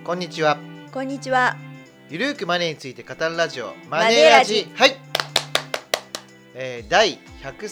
こんにちは。 こんにちは。 ゆるーくマネーについて語るラジオママネーラネーラジ。 ジはい、第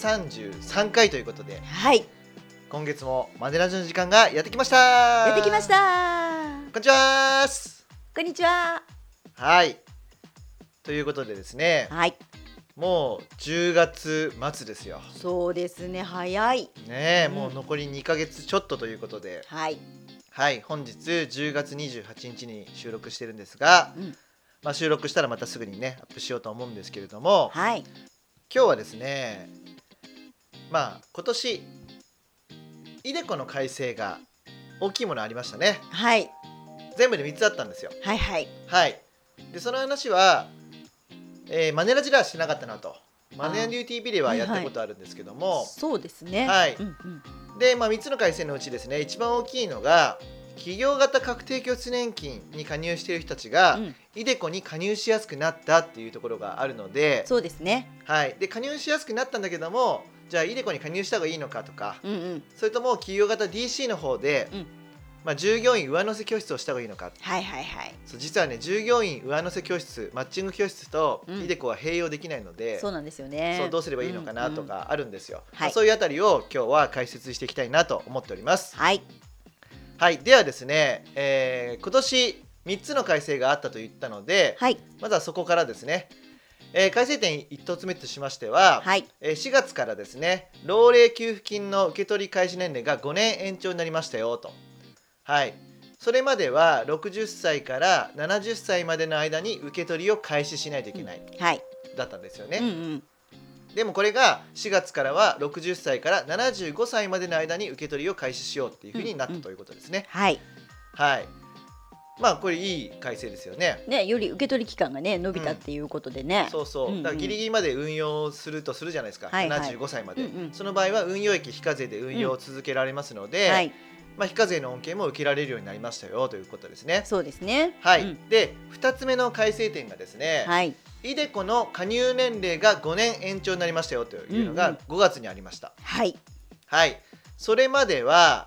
133回ということで、 はい。 今月もマネラジの時間がやってきましたやってきました。 こんにちはーす。 こんにちは。 はい、ということでですね、 はい。 もう10月末ですよそうですね。早い。 ね。 うんもう残り2ヶ月ちょっとということで、 はい。 はい、本日10月28日に収録してるんですが、 うん。 収録したらまたすぐにねアップしようと思うんですけれども、 はい。 今日はですね、今年イデコの改正が大きいものありましたね。 はい。 全部で3つあったんですよ。 はいはい。 はい。でその話は、マネラジではしてなかったなと。マネアンデュー TV ではやったことあるんですけども、 そうですね。 はい。 うんうん。 で、3つの改正のうちですね、一番大きいのが企業型確定拠出年金に加入している人たちが、イデコに加入しやすくなったっていうところがあるので、 そうですね。 はい。で加入しやすくなったんだけども、じゃあイデコに加入した方がいいのかとか、 うんうん。 それとも企業型 DC の方で、従業員上乗せ教室をした方がいいのか。 はいはいはい。 そう、実はね、従業員上乗せ教室、マッチング教室とイデコは併用できないので、 そうなんですよね。 そうどうすればいいのかなとかあるんですよ。 はいそういうあたりを今日は解説していきたいなと思っております。 はい。 はい。ではですね、今年3つの改正があったと言ったので、 はい。 まずはそこからですね。改正点1つ目としましては、 はい。 4月からですね、老齢給付金の受け取り開始年齢が5年延長になりましたよと。はい。それまでは60歳から70歳までの間に受け取りを開始しないといけない、 はい。 だったんですよね。 うんうん。 でもこれが4月からは60歳から75歳までの間に受け取りを開始しようっていうふうになったということですね。 はい。 はい。これいい改正ですよね。 ね、より受け取り期間がね伸びたっていうことでね。 そうそう。だからギリギリまで運用するとするじゃないですか。 はいはい 75歳まで、 うんうんその場合は運用益非課税で運用を続けられますので、 はい。 非課税の恩恵も受けられるようになりましたよということですね。 そうですね。 はい。 うんで2つ目の改正点がですね、 はい。 イデコの加入年齢が5年延長になりましたよというのがうんうん 5月にありました。 はい。 はい。それまでは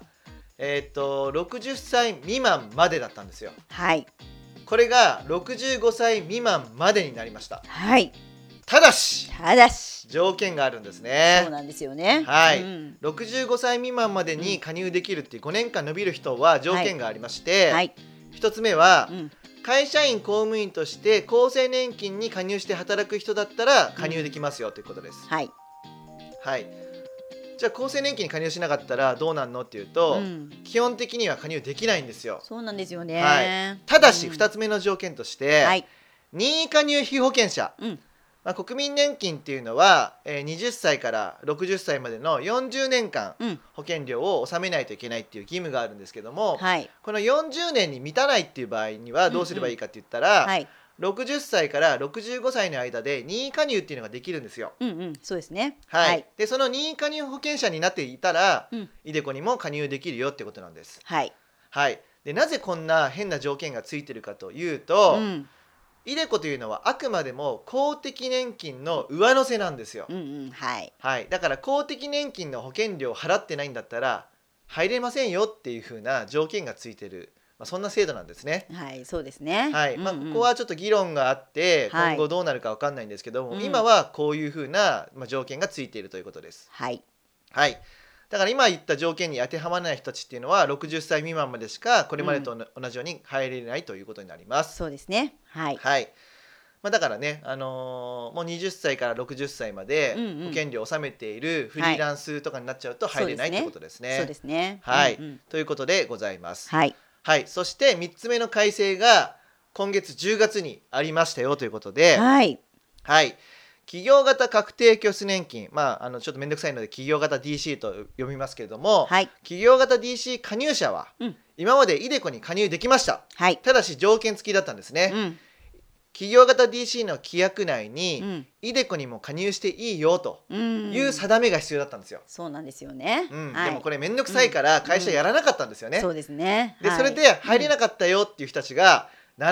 60歳未満までだったんですよ。 はい。 これが65歳未満までになりました。 はい。 ただしただし。 条件があるんですそうね。 なんですよね。 はい、 うん、 65歳未満までに加入できるっていう5年間伸びる人は条件がありまして、 はい。 1つ目は、 うん、 会社員公務員として厚生年金に加入して働く人だったら加入できますよということです。 はい。 はい。じゃあ厚生年金に加入しなかったらどうなんのっていうと、基本的には加入できないんですよ。 そうなんですよね。 はい。ただし2つ目の条件として、 はい、 任意加入被保険者、国民年金っていうのは、20歳から60歳までの40年間、保険料を納めないといけないっていう義務があるんですけども、 はい、 この40年に満たないっていう場合にはどうすればいいかって言ったら、 はい、 60歳から65歳の間で任意加入っていうのができるんですよ。 そうですね。 はい。でその任意加入保険者になっていたら、イデコにも加入できるよってことなんです。 はい。 はい。でなぜこんな変な条件がついてるかというと、イデコというのはあくまでも公的年金の上乗せなんですよ。 はい。 はい。だから公的年金の保険料を払ってないんだったら入れませんよっていう風な条件がついてる、そんな制度なんですね。 はい、そうですね。 はい。ここはちょっと議論があって今後どうなるかわかんないんですけども、今はこういう風な条件がついているということです。 はい。 はい。だから今言った条件に当てはまらない人たちっていうのは60歳未満までしかこれまでと同じように入れないということになります。 そうですね。はい。 はい。だからね、もう20歳から60歳まで保険料を納めているフリーランスとかになっちゃうと入れないってことですね。 そうですね。 はい。ということでございます。 はい。 はい。そして3つ目の改正が今月10月にありましたよということで、 はい。 はい。企業型確定拠出年金、ちょっとめんどくさいので企業型 DC と読みますけれども、 はい、 企業型 DC 加入者は、今までイデコに加入できました。 はい、 ただし条件付きだったんですね。企業型 DC の規約内に、イデコにも加入していいよという定めが必要だったんですよ。 そうなんですよね。 でもこれめんどくさいから会社やらなかったんですよね。 そうですね。 でそれで入れなかったよっていう人たちが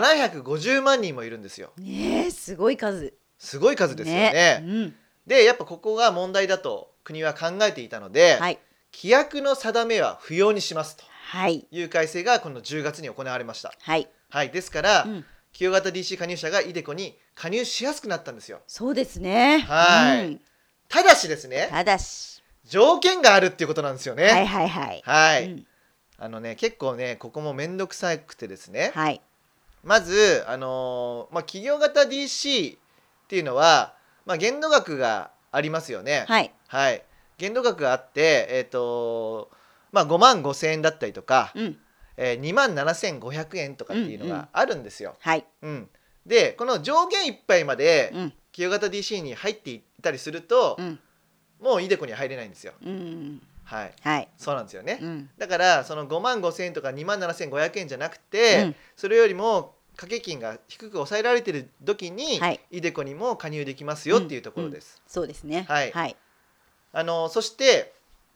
750万人もいるんですよ。 ねえ、すごい数。 すごい数ですよね。でやっぱここが問題だと国は考えていたので、規約の定めは不要にしますという改正がこの10月に行われました。 はい、ですから、 うん給与型 DC 加入者がイデコに加入しやすくなったんですよ。 そうですね。 はい、 うんただしですね、 ただし、 条件があるっていうことなんですよね。 はいはいはい。 はい、 うん結構ねここもめんどくさくてですね、 はい。 まず、企業型 DC っていうのは、限度額がありますよね。 はい。 はい、限度額があって、5万5千円だったりとか、 うん 2万7500円とかっていうのうんうんがあるんですよ。 はい。 でこの上限いっぱいまでうん企業型 DC に入っていったりすると、 うんもうイデコには入れないんですよ。 うんはい、 はい。 そうなんですよね。 うんだからその5万5千円とか2万7500円じゃなくうて、 んそれよりも掛け金が低く抑えられてる時に、 はいイデコにも加入できますよっていうところです。 そうですね。 はいはい。 そして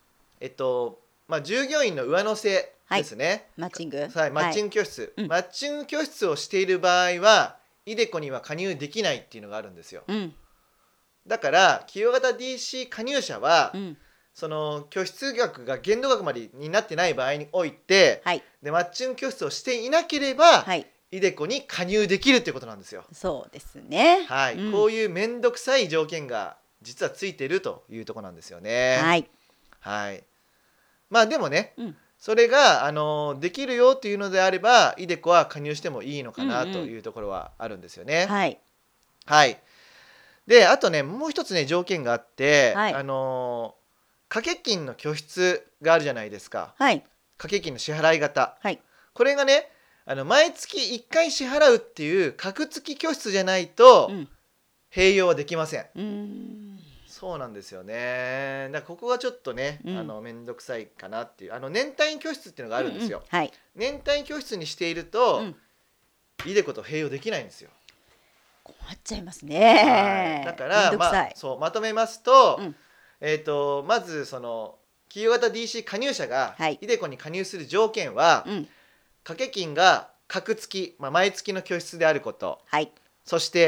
従業員の上乗せですね。 マッチング。 はい、マッチング。 グ教室、 うんマッチング教室をしている場合はイデコには加入できないっていうのがあるんですよ。 うんだから企業型 DC 加入者は、 うんその拠出額が限度額までになってない場合において、 はいでマッチング教室をしていなければ、 はい。 イデコに加入できるっていうことなんですよ。 そうですね。 はい、こういう面倒くさい条件が実はついてるというところなんですよね。 はい。 はい、でもね、 うんそれができるよというのであればイデコは加入してもいいのかなうんうんというところはあるんですよね。 はい。 はいであとねもう一つね条件があって、 はい掛け金の拠出があるじゃないですか。 はい掛け金の支払い方、 はい。 これがね毎月1回支払うっていう格付き拠出じゃないとうん併用はできません。 うんそうなんですよね。だからここがちょっとね、めんどくさいかなっていう年単位拠出っていうのがあるんですよ。 はい。 年単位拠出にしていると、 うんイデコと併用できないんですよ。 困っちゃいますはねい。だからめんどくさい。 そうまとめますと、 うんまずその企業型 DC 加入者がはいイデコに加入する条件は、 うん掛け金が隔月、毎月の拠出であること、 はいそして、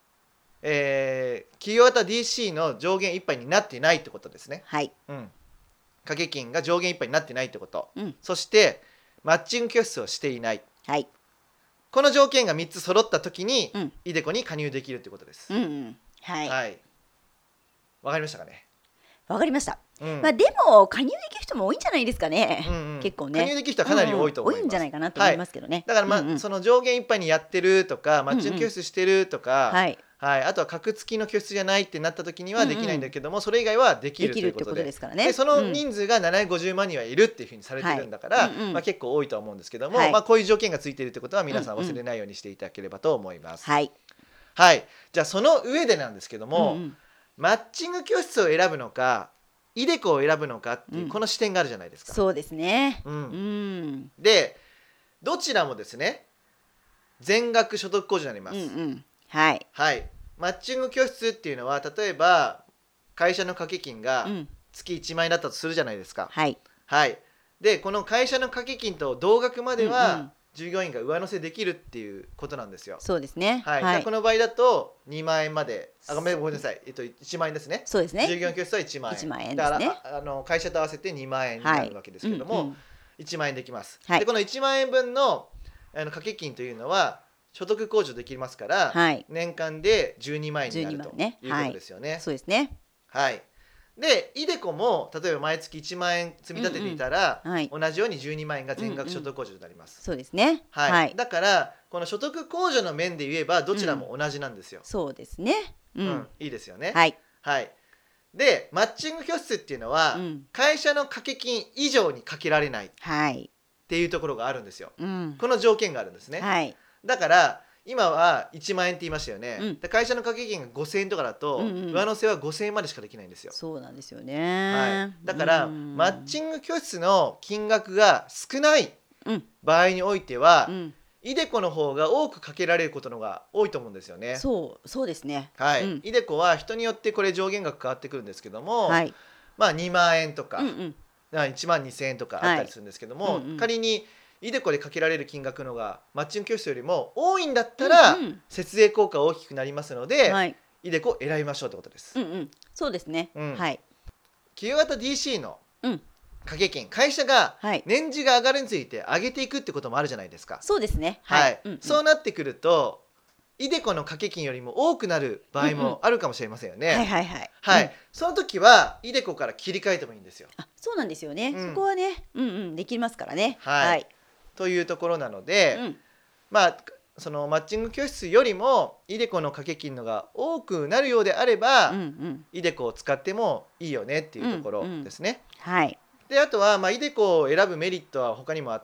企業型 DC の上限いっぱいになっていないってことですね。 はい掛け金が上限いっぱいになっていないってこと、 うんそしてマッチング拠出をしていない、 はいこの条件が3つ揃った時に、 うんイデコに加入できるってことです。 はいはいわかりましたかね。 わかりました。 うんでも加入できる人も多いんじゃないですかね。 うんうん結構ね。 加入できる人はかなり多いと思います。 多いんじゃないかなと思いますけどね。 だからその上限いっぱいにやってるとかマッチング拠出してるとか、 はいあとは格付きの拠出じゃないってなった時にはできないんだけども、それ以外はできるということで、 ですからね。 でその人数が750万人はいるっていうふうにされてるんだから、結構多いとは思うんですけども、 はいこういう条件がついているってことは皆さん忘れないようにしていただければと思います。 はいはいじゃあその上でなんですけども、 うんうんマッチング拠出を選ぶのかイデコを選ぶのかっていうこの視点があるじゃないですか。 そうですね。 でどちらもですね全額所得控除になります。 はいはいマッチング拠出っていうのは例えば会社の掛け金が月1万円だったとするじゃないですか。 はいでこの会社の掛け金と同額までは従業員が上乗せできるっていうことなんですよ。 そうですね。 でこの場合だと2万円までごめんなさい、1万円ですね。 そうですね。 従業員拠出は1万円。 1万円だですね。 から会社と合わせて2万円になるわけですけども、1万円できます。でこの1万円分の掛け金というのは所得控除できますから、年間で12万円になるということですよね。 そうですね。 はいでイデコも例えば毎月1万円積み立てていたら、同じように12万円が全額所得控除となります。 そうですね。 だからこの所得控除の面で言えばどちらも同じなんですよ。 そうですね。 いいですよね。 はいでマッチング拠出っていうのは、会社の掛け金以上にかけられないっていうところがあるんですよ。この条件があるんですね。だから今は1万円って言いましたよね。で会社の掛け金が5000円とかだと、上乗せは5000円までしかできないんですよ。 そうなんですよね。 だからマッチング拠出の金額が少ない場合においては、イデコの方が多くかけられることのが多いと思うんですよね。 そうですね。 イデコは人によってこれ上限額変わってくるんですけども、2万円とか、1万2000円とかあったりするんですけども、仮にイデコでかけられる金額のがマッチング拠出よりも多いんだったら、節税効果大きくなりますので、イデコを選びましょうってことです。 そうですね。 企業型 DC の掛け金、会社がはい年次が上がるについて上げていくってこともあるじゃないですか。 そうですね。 はい、 うんうん、 そうなってくるとイデコの掛け金よりも多くなる場合もあるかもしれませんよね。 はいはいはい。 はい、 うんその時はイデコから切り替えてもいいんですよ。 あ、そうなんですよね。 うんそこはね、できますからね。 はい、というところなので、まあそのマッチング教室よりもイデコの掛け金のが多くなるようであれば、イデコを使ってもいいよねっていうところですね。 はい。 であとは、イデコを選ぶメリットは他にもあって、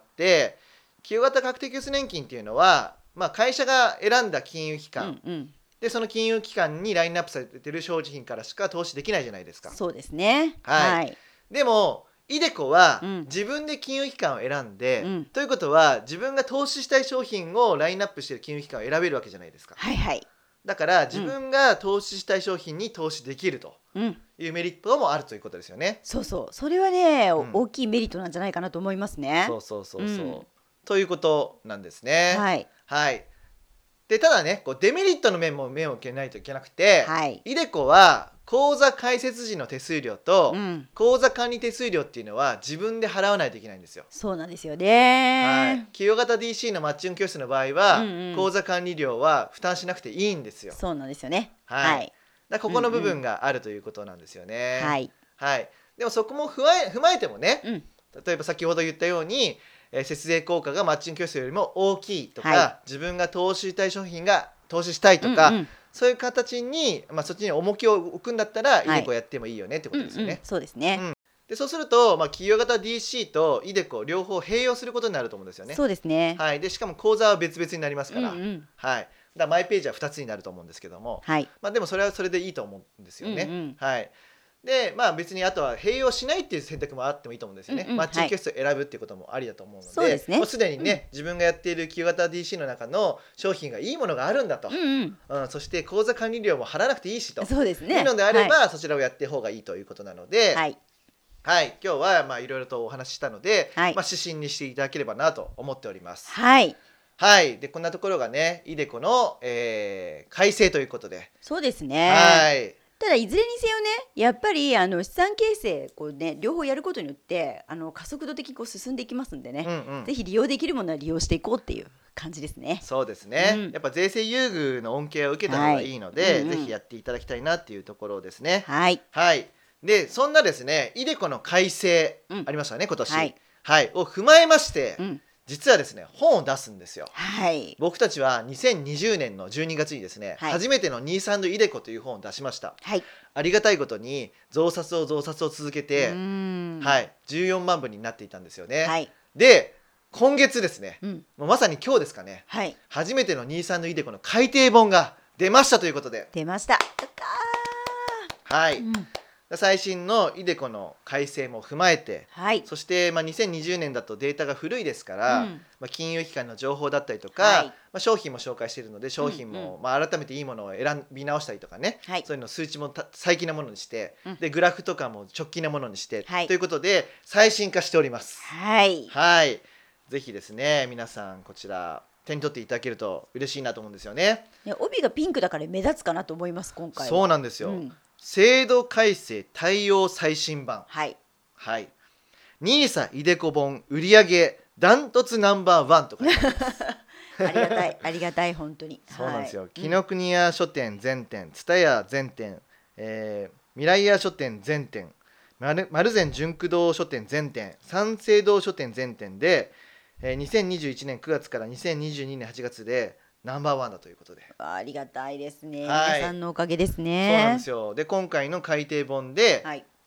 給与型確定拠出年金っていうのは、会社が選んだ金融機関、でその金融機関にラインナップされている商品からしか投資できないじゃないですか。 そうですね。 はいでもイデコはうん自分で金融機関を選んで、 うんということは自分が投資したい商品をラインナップしている金融機関を選べるわけじゃないですか。 はいはい。 だから自分が投資したい商品に投資できるというメリットもあるということですよね。 そうそう。それはね、 うん大きいメリットなんじゃないかなと思いますね。 そうそうそうそう、 うんということなんですね。 はい。 はいでただね、こうデメリットの面も目を向けないといけなくて、 はい。 イデコは口座開設時の手数料と、 うん口座管理手数料っていうのは自分で払わないといけないんですよ。 そうなんですよはいね。、 給与型 DC のマッチング教室の場合は、 うんうん口座管理料は負担しなくていいんですよ。 そうなんですよね。 はいはい。 だからここの部分があるということなんですよね。 はい。 はいでもそこも踏まえてもね、 うん例えば先ほど言ったように、節税効果がマッチング教室よりも大きいとか、 は自分が投資したい商品が投資したいとか、そういう形に、そっちに重きを置くんだったら、イデコやってもいいよねってことですよね。 そうですね。 でそうすると、給与型 DC とイデコ両方併用することになると思うんですよね。 そうですね。 はい、でしかも口座は別々になりますから、 うんうんはい、だからマイページは2つになると思うんですけども、 はい。 でもそれはそれでいいと思うんですよね。 うんうんはいで別にあとは併用しないっていう選択もあってもいいと思うんですよね。マッチング教室を選ぶっていうこともありだと思うので、 そうですねもうすでにね、自分がやっている給与型 DC の中の商品がいいものがあるんだと、そして口座管理料も払わなくていいしと、 そうですね。 いうのであれば、そちらをやって方がいいということなので、 はい。 はい、今日はいろいろとお話ししたので、 はい指針にしていただければなと思っております。 はい。 はいでこんなところがねイデコの、改正ということで、 そうですね。 はいただいずれにせよね、やっぱり資産形成こうね両方やることによって加速度的にこう進んでいきますんでね、ぜひ利用できるものは利用していこうっていう感じですね。 そうですね、やっぱ税制優遇の恩恵を受けた方がいいので、ぜひやっていただきたいなっていうところですね。 はい。 はいでそんなですねイデコの改正ありましたね、今年、 はいを踏まえまして、実はですね本を出すんですよ。 はい。 僕たちは2020年の12月にですね、初めてのニーサンドイデコという本を出しました。 はい。 ありがたいことに増刷を続けて、14万部になっていたんですよね。 はい。 で今月ですね、もうまさに今日ですかね、 はい。 初めてのニーサンドイデコの改訂本が出ましたということで、 出ました。やったー。 はい、最新のイデコの改正も踏まえて、 はい。 そして、2020年だとデータが古いですから、金融機関の情報だったりとか、商品も紹介しているので商品も、改めていいものを選び直したりとかね、そういうの数値も最近なものにして、でグラフとかも直近なものにして、ということで最新化しております。 はい。 はい、ぜひですね皆さんこちら手に取っていただけると嬉しいなと思うんですよね。 帯がピンクだから目立つかなと思います今回は。 そうなんですよ、制度改正対応最新版。 はいニーサイデコ本売上ダントツナンバーワンと書いてあります。 ありがたいありがたい本当に。 そうなんですよ。紀ノ国屋書店全店、蔦屋全店、未来屋書店全店、丸善純駆動書店全店、三省堂書店全店で、2021年9月から2022年8月でナンバーワンだということで、 ありがたいですね、 はい、 皆さんのおかげですね。 そうなんですよ。で今回の改訂本で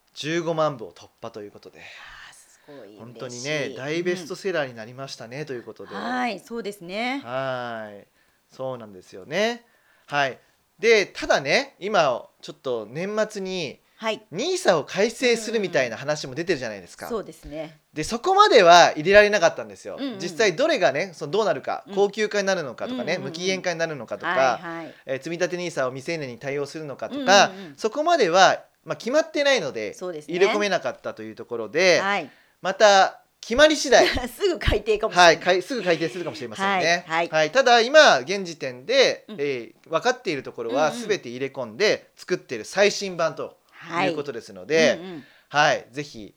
15万部を突破ということで、 すごい本当にね大ベストセラーになりましたね、ということで、 はいそうですね。 はいそうなんですよね。はいでただね今ちょっと年末にニーサを改正するみたいな話も出てるじゃないですか。 そうですね。 でそこまでは入れられなかったんですよ。実際どれがねどうなるか、高級化になるのかとかね、無期限化になるのかとか、積み立てニーサを未成年に対応するのかとか、そこまでは、決まってないので入れ込めなかったというところで、また決まり次第すぐ改定かもしれない、 すぐ改定するかもしれませんね。ただ今現時点で、分かっているところは全て入れ込んで作っている最新版ということですので、ぜひ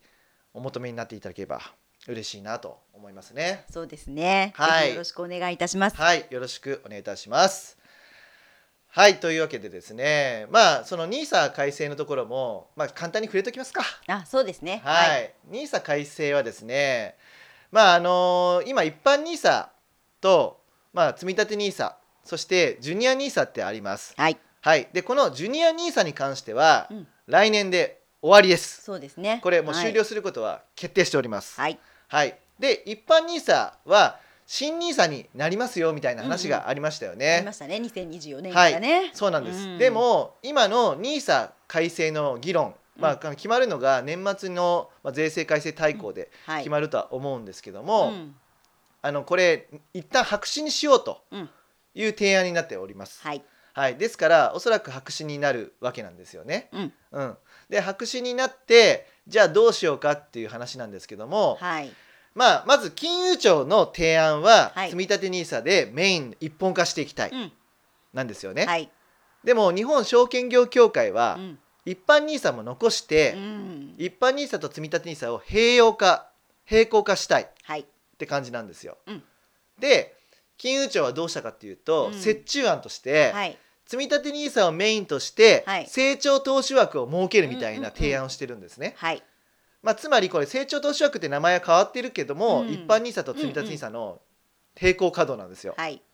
お求めになっていただければ嬉しいなと思いますね。 そうですね、 はい、 ぜひよろしくお願いいたします。 はい、よろしくお願いいたします。はい、というわけでですね、まあその NISA 改正のところも、まあ、簡単に触れておきますか。 そうですね。 はい、NISA 改正はですね、まあ今一般 NISA と、まあ、積立 NISA、そしてジュニア NISA ってあります。 はい、 はい、でこのジュニア NISA に関しては、来年で終わりです。 そうですね。 これもう終了することは決定しております。 はい、 はい、で一般 NISA は新 NISA になりますよみたいな話がありましたよね。 ありましたね、2024年からね。 はい、そうなんです。でも今の NISA 改正の議論、まあ、決まるのが年末の税制改正大綱で決まるとは思うんですけども、これ一旦白紙にしようという提案になっております。はいはい、ですからおそらく白紙になるわけなんですよね。で白紙になってじゃあどうしようかっていう話なんですけども、まず金融庁の提案は、積立 NISA でメイン一本化していきたい、なんですよね。でも日本証券業協会は、一般 NISA も残して、一般 NISA と積立 NISA を並行化したいって感じなんですよ。で金融庁はどうしたかっていうと、折衷案として、積立 NISA をメインとして、成長投資枠を設けるみたいな提案をしてるんですね。つまりこれ成長投資枠って名前は変わってるけども、一般 NISA と積立 NISA の並行稼働なんですよ。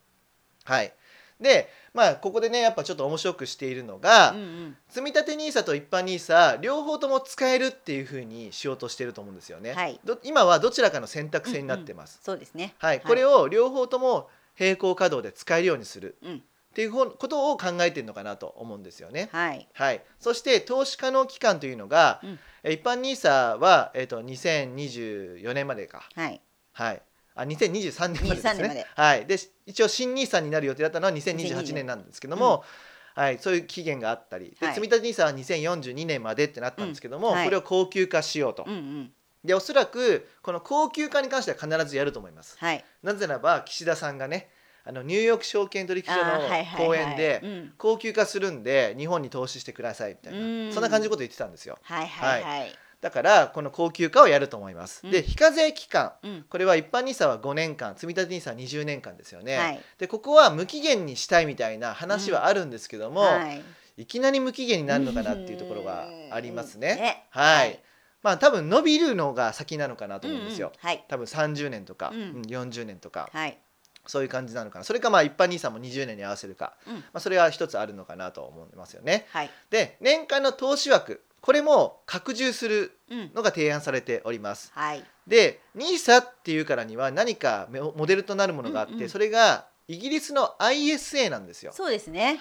でここでねやっぱちょっと面白くしているのが、積立 NISA と一般 NISA 両方とも使えるっていう風にしようとしてると思うんですよね。今はどちらかの選択制になってます。 そうですね。 これを両方とも並行稼働で使えるようにするっていうことを考えてるのかなと思うんですよね。そして投資可能期間というのが、一般 NISA は、2024年までか。2023年までですね。で一応新 NISA になる予定だったのは2028年なんですけども、そういう期限があったり、で積立 NISA は2042年までってなったんですけども、これを恒久化しようと。でおそらくこの恒久化に関しては必ずやると思います。なぜならば岸田さんがねニューヨーク証券取引所の講演で恒久化するんで日本に投資してくださいみたいな、そんな感じのことを言ってたんですよ。だからこの恒久化をやると思います。で非課税期間、これは一般 NISA は5年間、積立 NISA は20年間ですよね。でここは無期限にしたいみたいな話はあるんですけども、いきなり無期限になるのかなっていうところがありますね。多分伸びるのが先なのかなと思うんですよ。多分30年とか、40年とか、そういう感じなのかな。それか一般 NISA も20年に合わせるか、それは一つあるのかなと思いますよね。で年間の投資枠、これも拡充するのが提案されております。で NISA っていうからには何かモデルとなるものがあって、それがイギリスの ISA なんですよ。 そうですね。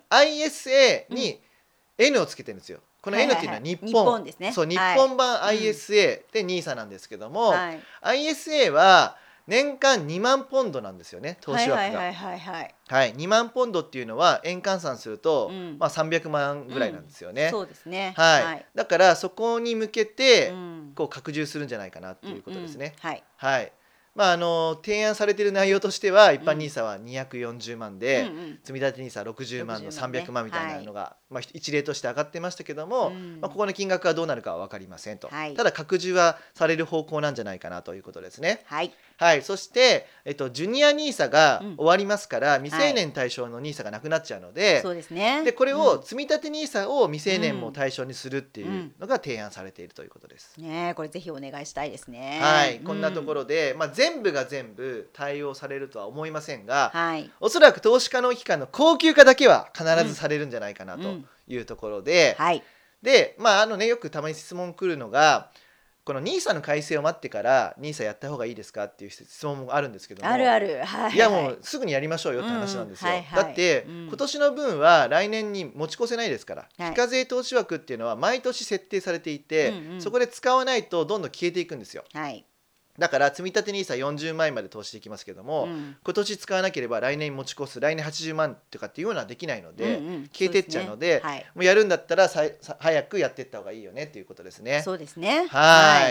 ISA に N をつけてるんですよ。この N っていうのは日本ですね。そう、日本版 ISA で NISA なんですけども、ISA は年間2万ポンドなんですよね、投資枠が。2万ポンドっていうのは円換算すると、300万ぐらいなんですよね。 そうですね。 だからそこに向けてこう拡充するんじゃないかなっていうことですね。提案されている内容としては一般 NISA は240万で、積立 NISA60 万の300万みたいなのが、一例として上がってましたけども、ここの金額がどうなるかは分かりませんと。ただ拡充はされる方向なんじゃないかなということですね。そして、ジュニア NISA が終わりますから、未成年対象の NISA がなくなっちゃうので、でこれを積立 NISA を未成年も対象にするっていうのが提案されているということです。 これぜひお願いしたいですね。 こんなところで、全部が全部対応されるとは思いませんが、おそらく投資可能期間の恒久化だけは必ずされるんじゃないかなというところで、でよくたまに質問来るのが、この NISA の改正を待ってから NISA やった方がいいですかっていう質問もあるんですけども、いやもうすぐにやりましょうよって話なんですよ。だって今年の分は来年に持ち越せないですから、非課税投資枠っていうのは毎年設定されていて、そこで使わないとどんどん消えていくんですよ。だから積立 NISA40 万円まで投資できますけども、今年使わなければ来年持ち越す、来年80万とかっていうのはできないので、消えてっちゃうので、もうやるんだったら早くやっていった方がいいよねっていうことですね。 そうですね。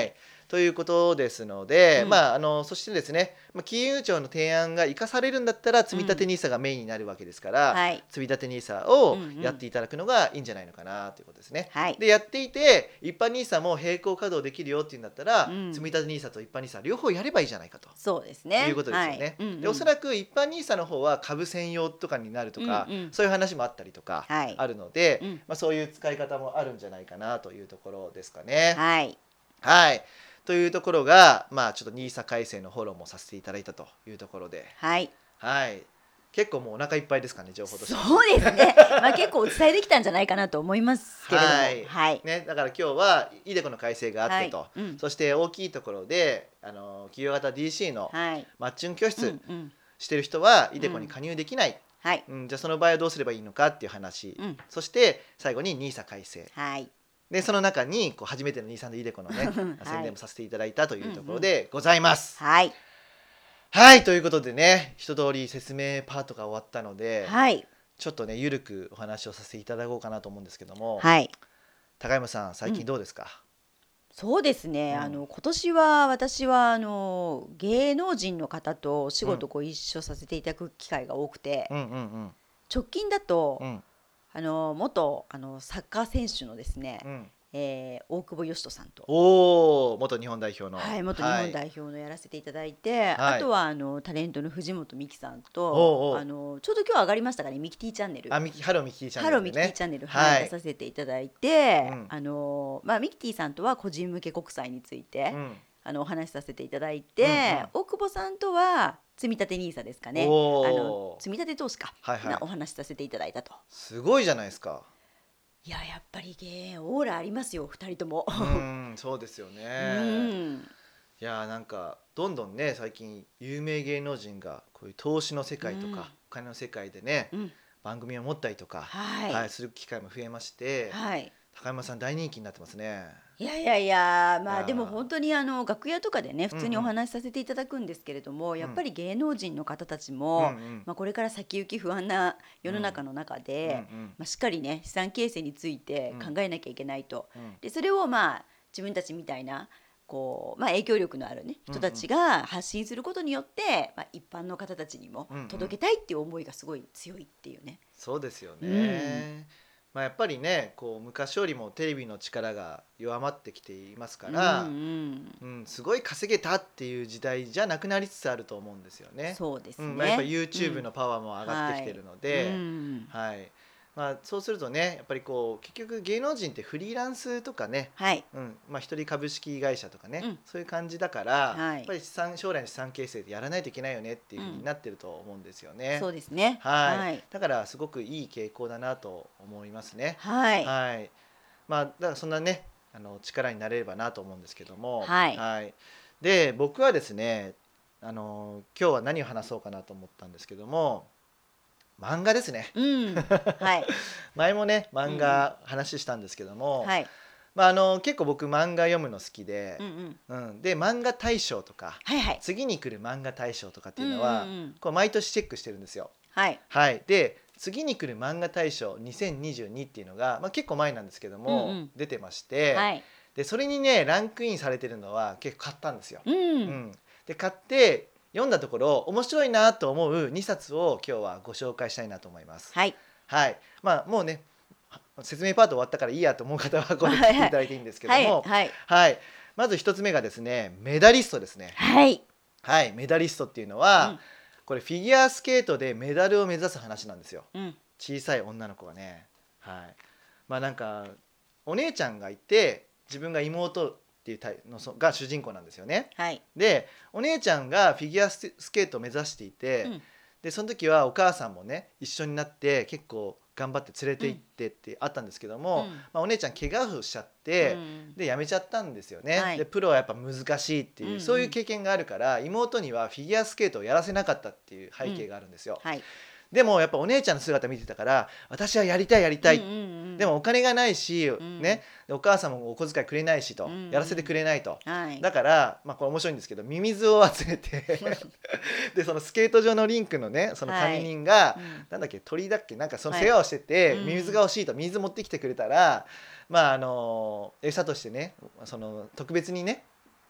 ということですので、そしてですね、金融庁の提案が生かされるんだったら積立 NISA がメインになるわけですから、 はい、 積立 NISA をやっていただくのがいいんじゃないのかなということですね。 はい、 でやっていて一般 NISA も並行稼働できるよっていうんだったら、積立 NISA と一般 NISA 両方やればいいじゃないかと。 そうですね。 いうことですよね。 はい、 でおそらく一般 NISA の方は株専用とかになるとか、そういう話もあったりとかはい、 あるので、そういう使い方もあるんじゃないかなというところですかね。 はい、 はい。というところが、ちょっと NISA 改正のフォローもさせていただいたというところで、 はい、 はい。結構もうお腹いっぱいですかね、情報としては。 そうですね。結構お伝えできたんじゃないかなと思いますけれども、はい、 ね、だから今日はiDeCoの改正があってと、そして大きいところで企業型 DC のマッチング拠出してる人はiDeCoに加入できない、じゃあその場合はどうすればいいのかっていう話、そして最後に NISA 改正、でその中に初めての NISA のiDeCoのね宣伝もさせていただいたというところでございます。はい、ということでね、一通り説明パートが終わったので、ちょっとねゆるくお話をさせていただこうかなと思うんですけども、高山さん最近どうですか？ そうですね、今年は私は芸能人の方とお仕事ご一緒させていただく機会が多くて、直近だと、元サッカー選手のですね、大久保嘉人さんと、 元日本代表の、 元日本代表のやらせていただいて、あとはタレントの藤本美貴さんと、ちょうど今日上がりましたかね、ミキティチャンネル、 ハローミキティチャンネル、 ハローミキティチャンネル、出させていただいて、ミキティさんとは個人向け国債について、お話しさせていただいて、大久保さんとは積立 NISA ですかね、積立投資か、なお話しさせていただいたと。 すごいじゃないですか。 いや、やっぱりオーラありますよ、2人とも。 そうですよね。いやなんかどんどんね最近有名芸能人がこういう投資の世界とか、お金の世界でね、番組を持ったりとか、する機会も増えまして、高山さん大人気になってますね。 いや、でも本当に楽屋とかでね普通にお話しさせていただくんですけれども、やっぱり芸能人の方たちも、これから先行き不安な世の中の中で、しっかりね資産形成について考えなきゃいけないと、でそれを自分たちみたいな影響力のあるね人たちが発信することによって、一般の方たちにも届けたいっていう思いがすごい強いっていうね。 そうですよね。やっぱりね昔よりもテレビの力が弱まってきていますから、すごい稼げたっていう時代じゃなくなりつつあると思うんですよね。 そうですね。 やっぱ YouTube のパワーも上がってきてるので、そうするとねやっぱり結局芸能人ってフリーランスとかね、一人株式会社とかね、そういう感じだから、やっぱり将来の資産形成でやらないといけないよねっていうふうになってると思うんですよね。 そうですね。 だからすごくいい傾向だなと思いますね。だからそんなね力になれればなと思うんですけども、で僕はですね今日は何を話そうかなと思ったんですけども、漫画ですね。前もね漫画話したんですけども、結構僕漫画読むの好きで、で漫画大賞とか、次に来る漫画大賞とかっていうのは、毎年チェックしてるんですよ。で次に来る漫画大賞2022っていうのが、結構前なんですけども、出てまして、でそれにねランクインされてるのは結構買ったんですよ。で買って読んだところ面白いなと思う2冊を今日はご紹介したいなと思います。もうね説明パート終わったからいいやと思う方はこれ聞いていただいていいんですけども、まず一つ目がですねメダリストですね。メダリストっていうのは、これフィギュアスケートでメダルを目指す話なんですよ。小さい女の子がね、なんかお姉ちゃんがいて自分が妹っていうのが主人公なんですよね。でお姉ちゃんがフィギュアスケートを目指していて、でその時はお母さんもね一緒になって結構頑張って連れて行ってってあったんですけども、お姉ちゃん怪我をしちゃって、でやめちゃったんですよね。でプロはやっぱ難しいっていう、そういう経験があるから妹にはフィギュアスケートをやらせなかったっていう背景があるんですよ。でもやっぱお姉ちゃんの姿見てたから私はやりたいやりたい、でもお金がないし、ね、でお母さんもお小遣いくれないしと、やらせてくれないと、だから、これ面白いんですけどミミズを集めてでそのスケート場のリンクのねその管理人が、なんだっけ鳥だっけなんかその世話をしてて、ミミズが欲しいと水持ってきてくれたら餌としてねその特別にね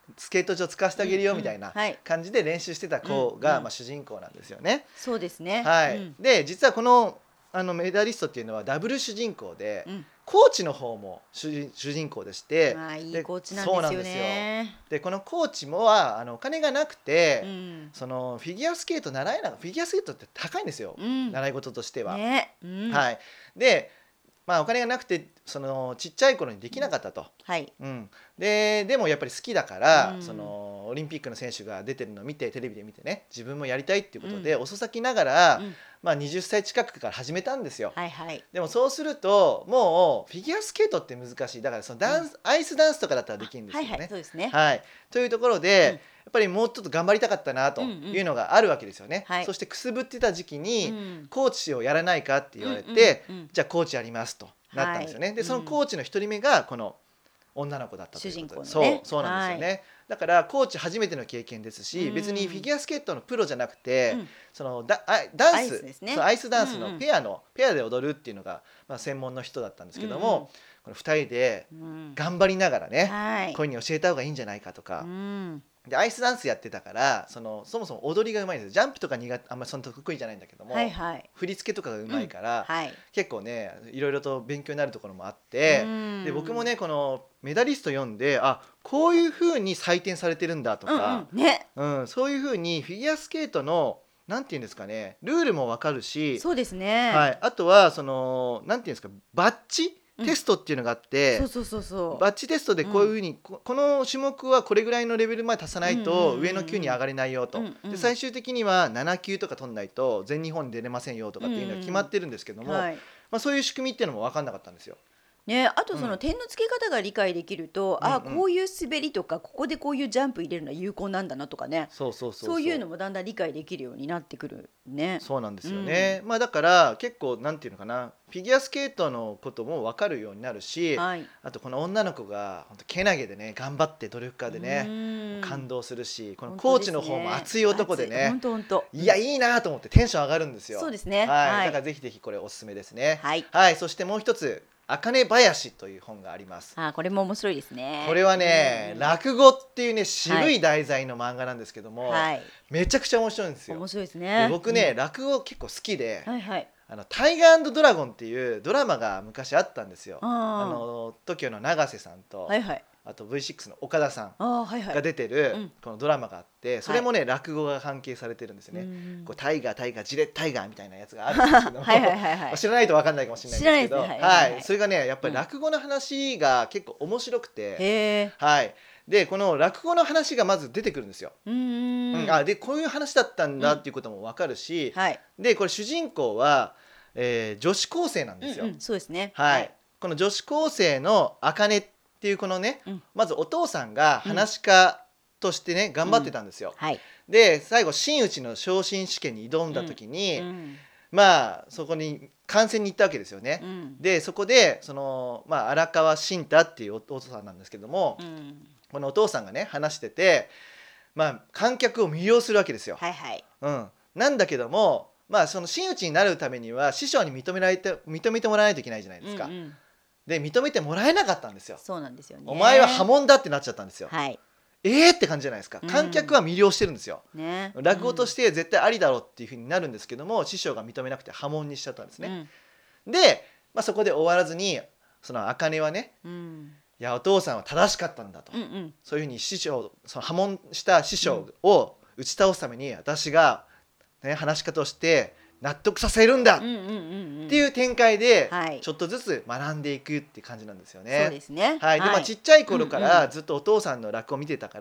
スケート場使わせてあげるよみたいな感じで練習してた子が、主人公なんですよね。 そうですね。 はい。で実はこのメダリストっていうのはダブル主人公で、コーチの方も主人公でして、 いいコーチなんですよね。そうなんですよ。 でこのコーチもはお金がなくて、そのフィギュアスケートフィギュアスケートって高いんですよ、習い事としては。はい。でお金がなくてそのちっちゃい頃にできなかったと。でもやっぱり好きだから、そのオリンピックの選手が出てるのを見てテレビで見てね、自分もやりたいっていうことで、遅咲きながら、20歳近くから始めたんですよ。でもそうするともうフィギュアスケートって難しい。だからそのアイスダンスとかだったらできるんですよね。 そうですね。 というところで、やっぱりもうちょっと頑張りたかったなというのがあるわけですよね。そしてくすぶってた時期に、コーチをやらないかって言われて、じゃあコーチやりますとなったんですよね。でそのコーチの一人目がこの女の子だったということで、そうなんですよね。だからコーチ初めての経験ですし、別にフィギュアスケートのプロじゃなくて、そのダンス、アイスダンスのペアで踊るっていうのが、専門の人だったんですけども、この2人で頑張りながらね、こういうふうに教えた方がいいんじゃないかとか。でアイスダンスやってたからそもそも踊りがうまいんです。ジャンプとかあんまりそんな得意じゃないんだけども、振り付けとかがうまいから、結構ねいろいろと勉強になるところもあって、で僕もねこのメダリスト読んで、こういうふうに採点されてるんだとか、そういうふうにフィギュアスケートのなんていうんですかね、ルールもわかるし、 そうですね。 あとはそのなんていうんですか、バッジテストっていうのがあって、バッジテストでこういうふうに、この種目はこれぐらいのレベルまで足さないと上の級に上がれないよと、で最終的には7級とか取んないと全日本に出れませんよとかっていうのが決まってるんですけども、そういう仕組みっていうのも分かんなかったんですよ。 あとその点の付け方が理解できると、こういう滑りとかここでこういうジャンプ入れるのは有効なんだなとかね、そういうのもだんだん理解できるようになってくるね。 そうなんですよね。だから結構なんていうのかな、フィギュアスケートのことも分かるようになるし、あとこの女の子が本当けなげでね、頑張って努力家でね、感動するし、このコーチの方も熱い男でね、いやいいなと思ってテンション上がるんですよ。 そうですね。 だからぜひぜひこれおすすめですね。そしてもう一つ、茜林という本があります。 これも面白いですね。 これはね、落語っていうね渋い題材の漫画なんですけども、めちゃくちゃ面白いんですよ。 面白いですね。 僕ね、落語結構好きで、タイガー&ドラゴンっていうドラマが昔あったんですよ。TOKIO の永瀬さんと、あと V6 の岡田さんが出てるこのドラマがあって、それもね落語が関係されてるんですよね。こうタイガージレットタイガーみたいなやつがあるんですけども、知らないと分かんないかもしれないんですけど、それがねやっぱり落語の話が結構面白くて、でこの落語の話がまず出てくるんですよ。でこういう話だったんだっていうことも分かるし、でこれ主人公は、女子高生なんですよ。 そうですね。 この女子高生の茜っていうこのね、まずお父さんが話し家としてね頑張ってたんですよ。で最後真打ちの昇進試験に挑んだ時に、そこに観戦に行ったわけですよね。でそこでその、荒川慎太っていうお父さんなんですけども、このお父さんがね話してて、観客を魅了するわけですよ。なんだけども、その真打ちになるためには師匠に認めてもらわないといけないじゃないですか。で認めてもらえなかったんですよ。 そうなんですよね。 お前は破門だってなっちゃったんですよ。って感じじゃないですか。観客は魅了してるんですよ。落語として絶対ありだろうっていうふうになるんですけども、師匠が認めなくて破門にしちゃったんですね。で、そこで終わらずにその茜はね、いやお父さんは正しかったんだと、そういうふうにその破門した師匠を打ち倒すために私が、話し方をして納得させるんだっていう展開でちょっとずつ学んでいくっていう感じなんですよね。 そうですね。 でちっちゃい頃からずっとお父さんの落語を見てたから、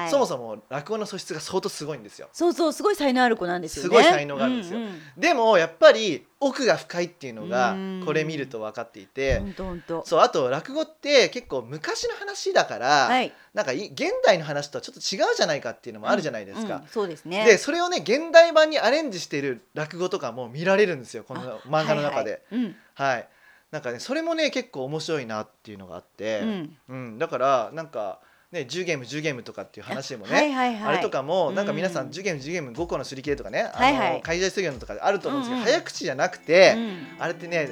そもそも落語の素質が相当すごいんですよ。 すごい才能ある子なんですよね。 すごい才能があるんですよ。でもやっぱり奥が深いっていうのがこれ見ると分かっていて、あと落語って結構昔の話だから、なんか現代の話とはちょっと違うじゃないかっていうのもあるじゃないですか。 そうですね。 でそれをね現代版にアレンジしている落語とかも見られるんですよ、この漫画の中で。なんかねそれもね結構面白いなっていうのがあって、だからなんかね10ゲームとかっていう話でもね、あれとかもなんか皆さん10ゲーム5個のすり切れとかね、海外水魚のとかあると思うんですけど、早口じゃなくて、あれってね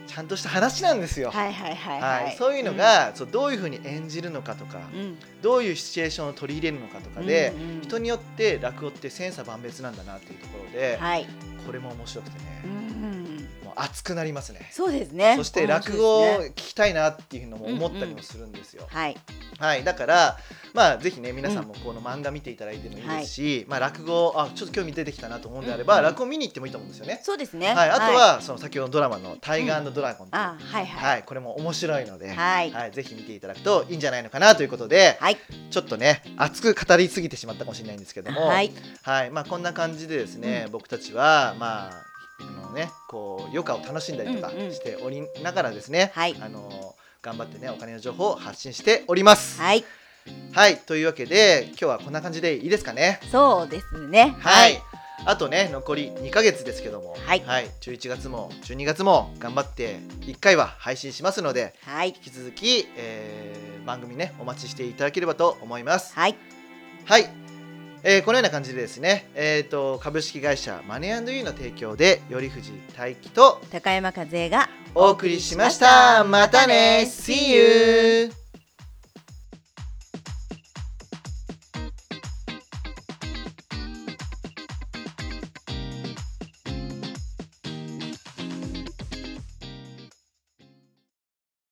ちゃんとした話なんですよ。 はいはいはいははいい。 そういうのが、そうどういうふうに演じるのかとか、 うんどういうシチュエーションを取り入れるのかとかで、 うんうん人によって落語って千差万別なんだなっていうところで、 はい。 これも面白くてね、 うんうんもう熱くなりますね。 そうですね。 そして落語を面白いですね。 聞きたいなっていうのも思ったりもするんですよ。 はい。 はい、だからまあぜひね皆さんもこの漫画見ていただいてもいいですし、まあ落語ちょっと興味出てきたなと思うんであれば、 うんうん落語見に行ってもいいと思うんですよね。 そうですね。 はい、あとはその先ほどのドラマのタイガー&ドラゴンっていう、 はいはい。 はい、これも面白いので、 はいぜひ見ていただくといいんじゃないのかなということで、 はい。 ちょっとね熱く語りすぎてしまったかもしれないんですけども、 はい。 まあこんな感じでですね、僕たちはまあこう余暇を楽しんだりとかうんうんしておりながらですね、 はい頑張ってねお金の情報を発信しております。 はい。 はい、というわけで今日はこんな感じでいいですかね。 そうですね。 はい、あとね残り2ヶ月ですけども、 はい 11月も12月も頑張って1回は配信しますので、 はい。 引き続き、番組ねお待ちしていただければと思います。 はい。 はい、このような感じでですね、株式会社マネー&ユーの提供で頼藤大樹と高山和恵がお送りしました。またね See you